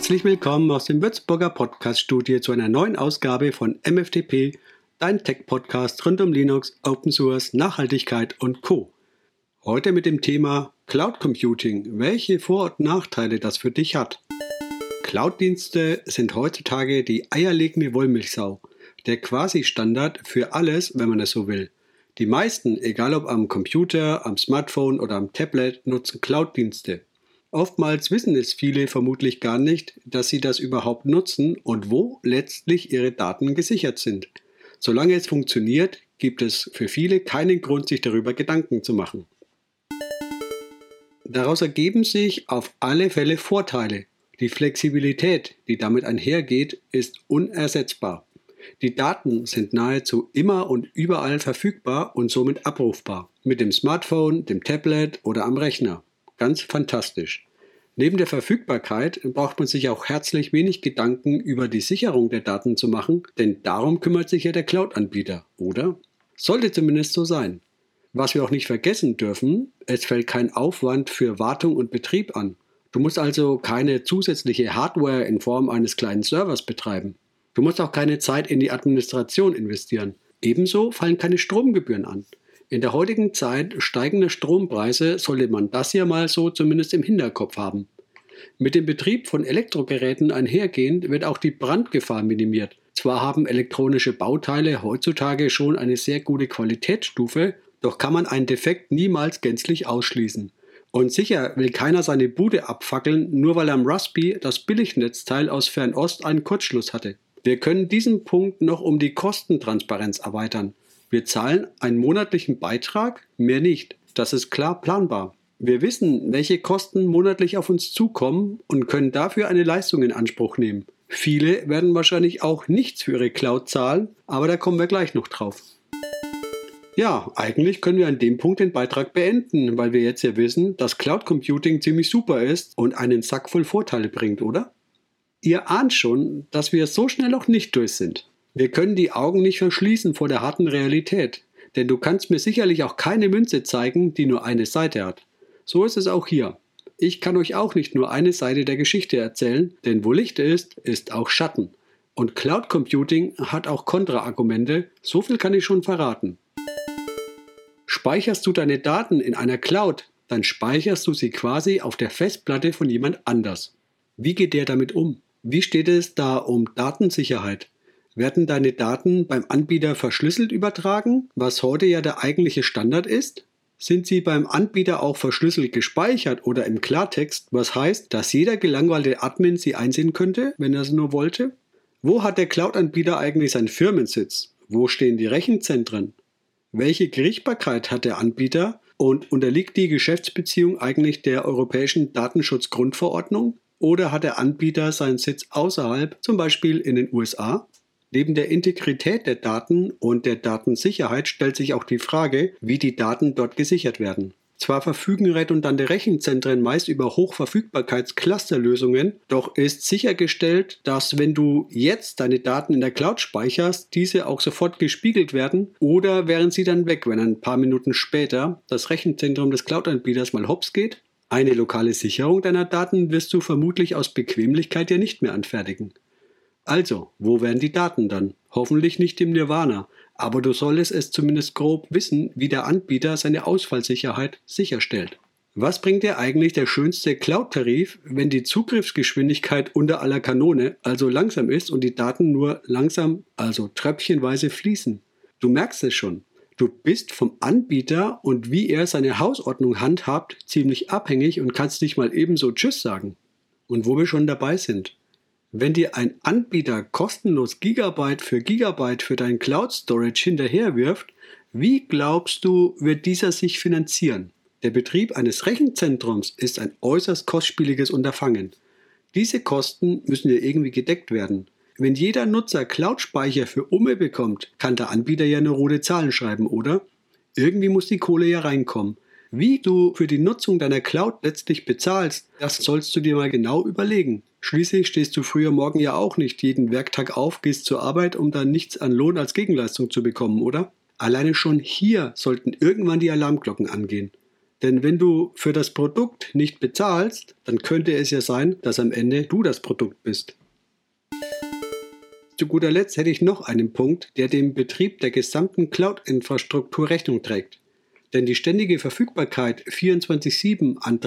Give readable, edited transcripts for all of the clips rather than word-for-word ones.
Herzlich willkommen aus dem Würzburger Podcast-Studio zu einer neuen Ausgabe von MFTP, dein Tech-Podcast rund um Linux, Open Source, Nachhaltigkeit und Co. Heute mit dem Thema Cloud Computing, welche Vor- und Nachteile das für dich hat. Cloud-Dienste sind heutzutage die eierlegende Wollmilchsau, der Quasi-Standard für alles, wenn man es so will. Die meisten, egal ob am Computer, am Smartphone oder am Tablet, nutzen Cloud-Dienste. Oftmals wissen es viele vermutlich gar nicht, dass sie das überhaupt nutzen und wo letztlich ihre Daten gesichert sind. Solange es funktioniert, gibt es für viele keinen Grund, sich darüber Gedanken zu machen. Daraus ergeben sich auf alle Fälle Vorteile. Die Flexibilität, die damit einhergeht, ist unersetzbar. Die Daten sind nahezu immer und überall verfügbar und somit abrufbar. Mit dem Smartphone, dem Tablet oder am Rechner. Ganz fantastisch. Neben der Verfügbarkeit braucht man sich auch herzlich wenig Gedanken über die Sicherung der Daten zu machen, denn darum kümmert sich ja der Cloud-Anbieter, oder? Sollte zumindest so sein. Was wir auch nicht vergessen dürfen, es fällt kein Aufwand für Wartung und Betrieb an. Du musst also keine zusätzliche Hardware in Form eines kleinen Servers betreiben. Du musst auch keine Zeit in die Administration investieren. Ebenso fallen keine Stromgebühren an. In der heutigen Zeit steigender Strompreise sollte man das ja mal so zumindest im Hinterkopf haben. Mit dem Betrieb von Elektrogeräten einhergehend wird auch die Brandgefahr minimiert. Zwar haben elektronische Bauteile heutzutage schon eine sehr gute Qualitätsstufe, doch kann man einen Defekt niemals gänzlich ausschließen. Und sicher will keiner seine Bude abfackeln, nur weil am Raspberry das Billignetzteil aus Fernost einen Kurzschluss hatte. Wir können diesen Punkt noch um die Kostentransparenz erweitern. Wir zahlen einen monatlichen Beitrag, mehr nicht. Das ist klar planbar. Wir wissen, welche Kosten monatlich auf uns zukommen und können dafür eine Leistung in Anspruch nehmen. Viele werden wahrscheinlich auch nichts für ihre Cloud zahlen, aber da kommen wir gleich noch drauf. Ja, eigentlich können wir an dem Punkt den Beitrag beenden, weil wir jetzt ja wissen, dass Cloud Computing ziemlich super ist und einen Sack voll Vorteile bringt, oder? Ihr ahnt schon, dass wir so schnell noch nicht durch sind. Wir können die Augen nicht verschließen vor der harten Realität, denn du kannst mir sicherlich auch keine Münze zeigen, die nur eine Seite hat. So ist es auch hier. Ich kann euch auch nicht nur eine Seite der Geschichte erzählen, denn wo Licht ist, ist auch Schatten. Und Cloud Computing hat auch Kontraargumente, so viel kann ich schon verraten. Speicherst du deine Daten in einer Cloud, dann speicherst du sie quasi auf der Festplatte von jemand anders. Wie geht der damit um? Wie steht es da um Datensicherheit? Werden deine Daten beim Anbieter verschlüsselt übertragen, was heute ja der eigentliche Standard ist? Sind sie beim Anbieter auch verschlüsselt gespeichert oder im Klartext, was heißt, dass jeder gelangweilte Admin sie einsehen könnte, wenn er es nur wollte? Wo hat der Cloud-Anbieter eigentlich seinen Firmensitz? Wo stehen die Rechenzentren? Welche Gerichtsbarkeit hat der Anbieter und unterliegt die Geschäftsbeziehung eigentlich der Europäischen Datenschutzgrundverordnung? Oder hat der Anbieter seinen Sitz außerhalb, zum Beispiel in den USA? Neben der Integrität der Daten und der Datensicherheit stellt sich auch die Frage, wie die Daten dort gesichert werden. Zwar verfügen redundante Rechenzentren meist über Hochverfügbarkeits-Clusterlösungen, doch ist sichergestellt, dass wenn du jetzt deine Daten in der Cloud speicherst, diese auch sofort gespiegelt werden oder wären sie dann weg, wenn ein paar Minuten später das Rechenzentrum des Cloud-Anbieters mal hops geht? Eine lokale Sicherung deiner Daten wirst du vermutlich aus Bequemlichkeit ja nicht mehr anfertigen. Also, wo wären die Daten dann? Hoffentlich nicht im Nirvana, aber du solltest es zumindest grob wissen, wie der Anbieter seine Ausfallsicherheit sicherstellt. Was bringt dir eigentlich der schönste Cloud-Tarif, wenn die Zugriffsgeschwindigkeit unter aller Kanone, also langsam ist und die Daten nur langsam, also tröpfchenweise fließen? Du merkst es schon. Du bist vom Anbieter und wie er seine Hausordnung handhabt, ziemlich abhängig und kannst nicht mal ebenso Tschüss sagen. Und wo wir schon dabei sind. Wenn dir ein Anbieter kostenlos Gigabyte für dein Cloud Storage hinterherwirft, wie glaubst du, wird dieser sich finanzieren? Der Betrieb eines Rechenzentrums ist ein äußerst kostspieliges Unterfangen. Diese Kosten müssen ja irgendwie gedeckt werden. Wenn jeder Nutzer Cloud-Speicher für Umme bekommt, kann der Anbieter ja nur rote Zahlen schreiben, oder? Irgendwie muss die Kohle ja reinkommen. Wie du für die Nutzung deiner Cloud letztlich bezahlst, das sollst du dir mal genau überlegen. Schließlich stehst du früher morgen ja auch nicht jeden Werktag auf, gehst zur Arbeit, um dann nichts an Lohn als Gegenleistung zu bekommen, oder? Alleine schon hier sollten irgendwann die Alarmglocken angehen. Denn wenn du für das Produkt nicht bezahlst, dann könnte es ja sein, dass am Ende du das Produkt bist. Zu guter Letzt hätte ich noch einen Punkt, der dem Betrieb der gesamten Cloud-Infrastruktur Rechnung trägt. Denn die ständige Verfügbarkeit 24/7 an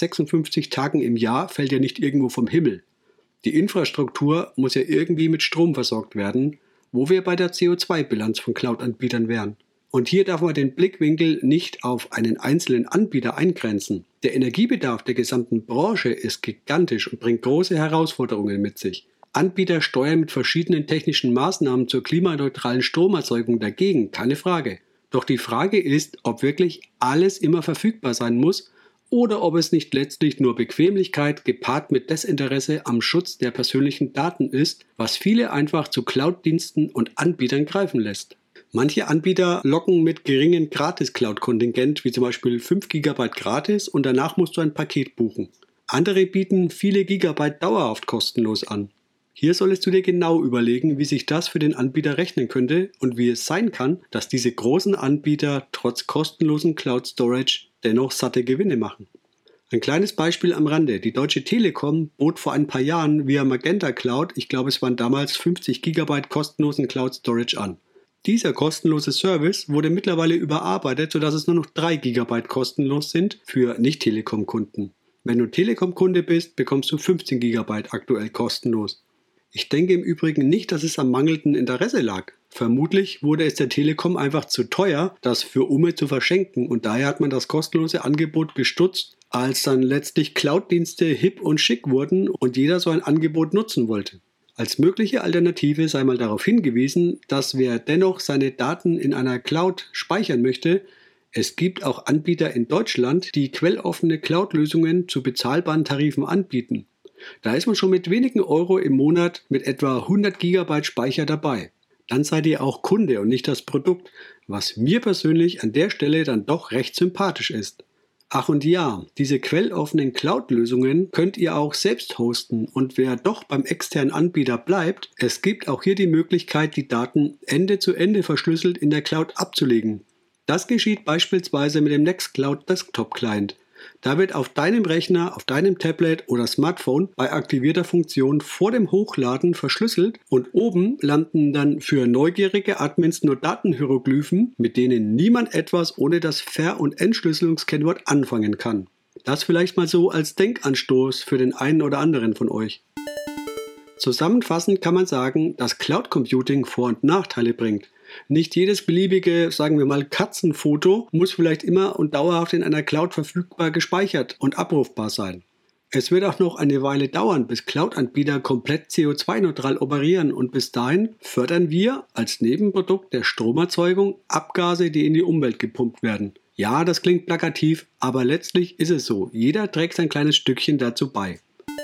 356 Tagen im Jahr fällt ja nicht irgendwo vom Himmel. Die Infrastruktur muss ja irgendwie mit Strom versorgt werden, wo wir bei der CO2-Bilanz von Cloud-Anbietern wären. Und hier darf man den Blickwinkel nicht auf einen einzelnen Anbieter eingrenzen. Der Energiebedarf der gesamten Branche ist gigantisch und bringt große Herausforderungen mit sich. Anbieter steuern mit verschiedenen technischen Maßnahmen zur klimaneutralen Stromerzeugung dagegen, keine Frage. Doch die Frage ist, ob wirklich alles immer verfügbar sein muss oder ob es nicht letztlich nur Bequemlichkeit gepaart mit Desinteresse am Schutz der persönlichen Daten ist, was viele einfach zu Cloud-Diensten und Anbietern greifen lässt. Manche Anbieter locken mit geringem Gratis-Cloud-Kontingent, wie zum Beispiel 5 GB gratis und danach musst du ein Paket buchen. Andere bieten viele Gigabyte dauerhaft kostenlos an. Hier solltest du dir genau überlegen, wie sich das für den Anbieter rechnen könnte und wie es sein kann, dass diese großen Anbieter trotz kostenlosen Cloud Storage dennoch satte Gewinne machen. Ein kleines Beispiel am Rande. Die Deutsche Telekom bot vor ein paar Jahren via Magenta Cloud, ich glaube es waren damals 50 GB kostenlosen Cloud Storage an. Dieser kostenlose Service wurde mittlerweile überarbeitet, sodass es nur noch 3 GB kostenlos sind für Nicht-Telekom-Kunden. Wenn du Telekom-Kunde bist, bekommst du 15 GB aktuell kostenlos. Ich denke im Übrigen nicht, dass es am mangelnden Interesse lag. Vermutlich wurde es der Telekom einfach zu teuer, das für Umme zu verschenken und daher hat man das kostenlose Angebot gestutzt, als dann letztlich Cloud-Dienste hip und schick wurden und jeder so ein Angebot nutzen wollte. Als mögliche Alternative sei mal darauf hingewiesen, dass wer dennoch seine Daten in einer Cloud speichern möchte, es gibt auch Anbieter in Deutschland, die quelloffene Cloud-Lösungen zu bezahlbaren Tarifen anbieten. Da ist man schon mit wenigen Euro im Monat mit etwa 100 GB Speicher dabei. Dann seid ihr auch Kunde und nicht das Produkt, was mir persönlich an der Stelle dann doch recht sympathisch ist. Ach und ja, diese quelloffenen Cloud-Lösungen könnt ihr auch selbst hosten und wer doch beim externen Anbieter bleibt, es gibt auch hier die Möglichkeit, die Daten Ende zu Ende verschlüsselt in der Cloud abzulegen. Das geschieht beispielsweise mit dem Nextcloud Desktop Client. Da wird auf deinem Rechner, auf deinem Tablet oder Smartphone bei aktivierter Funktion vor dem Hochladen verschlüsselt und oben landen dann für neugierige Admins nur Datenhieroglyphen, mit denen niemand etwas ohne das Ver- und Entschlüsselungskennwort anfangen kann. Das vielleicht mal so als Denkanstoß für den einen oder anderen von euch. Zusammenfassend kann man sagen, dass Cloud Computing Vor- und Nachteile bringt. Nicht jedes beliebige, sagen wir mal, Katzenfoto muss vielleicht immer und dauerhaft in einer Cloud verfügbar gespeichert und abrufbar sein. Es wird auch noch eine Weile dauern, bis Cloud-Anbieter komplett CO2-neutral operieren und bis dahin fördern wir als Nebenprodukt der Stromerzeugung Abgase, die in die Umwelt gepumpt werden. Ja, das klingt plakativ, aber letztlich ist es so. Jeder trägt sein kleines Stückchen dazu bei.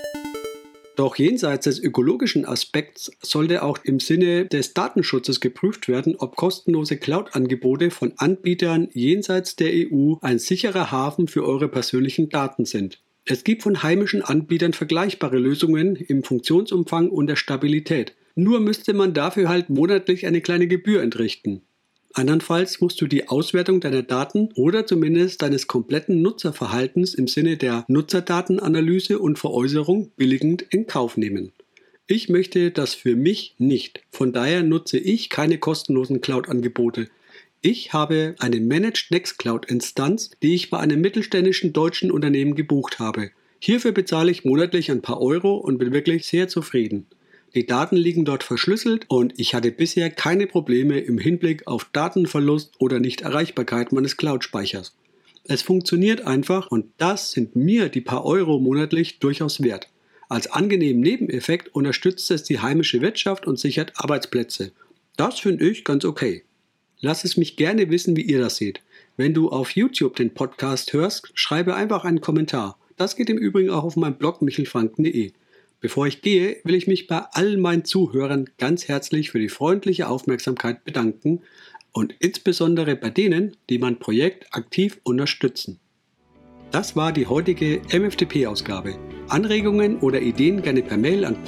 Doch jenseits des ökologischen Aspekts sollte auch im Sinne des Datenschutzes geprüft werden, ob kostenlose Cloud-Angebote von Anbietern jenseits der EU ein sicherer Hafen für eure persönlichen Daten sind. Es gibt von heimischen Anbietern vergleichbare Lösungen im Funktionsumfang und der Stabilität. Nur müsste man dafür halt monatlich eine kleine Gebühr entrichten. Andernfalls musst du die Auswertung deiner Daten oder zumindest deines kompletten Nutzerverhaltens im Sinne der Nutzerdatenanalyse und Veräußerung billigend in Kauf nehmen. Ich möchte das für mich nicht. Von daher nutze ich keine kostenlosen Cloud-Angebote. Ich habe eine Managed Nextcloud-Instanz, die ich bei einem mittelständischen deutschen Unternehmen gebucht habe. Hierfür bezahle ich monatlich ein paar Euro und bin wirklich sehr zufrieden. Die Daten liegen dort verschlüsselt und ich hatte bisher keine Probleme im Hinblick auf Datenverlust oder Nichterreichbarkeit meines Cloud-Speichers. Es funktioniert einfach und das sind mir die paar Euro monatlich durchaus wert. Als angenehmen Nebeneffekt unterstützt es die heimische Wirtschaft und sichert Arbeitsplätze. Das finde ich ganz okay. Lass es mich gerne wissen, wie ihr das seht. Wenn du auf YouTube den Podcast hörst, schreibe einfach einen Kommentar. Das geht im Übrigen auch auf meinem Blog michelfranken.de. Bevor ich gehe, will ich mich bei all meinen Zuhörern ganz herzlich für die freundliche Aufmerksamkeit bedanken und insbesondere bei denen, die mein Projekt aktiv unterstützen. Das war die heutige MFTP-Ausgabe. Anregungen oder Ideen gerne per Mail an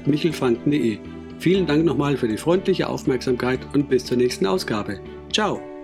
podcast@michelfranken.de. Vielen Dank nochmal für die freundliche Aufmerksamkeit und bis zur nächsten Ausgabe. Ciao!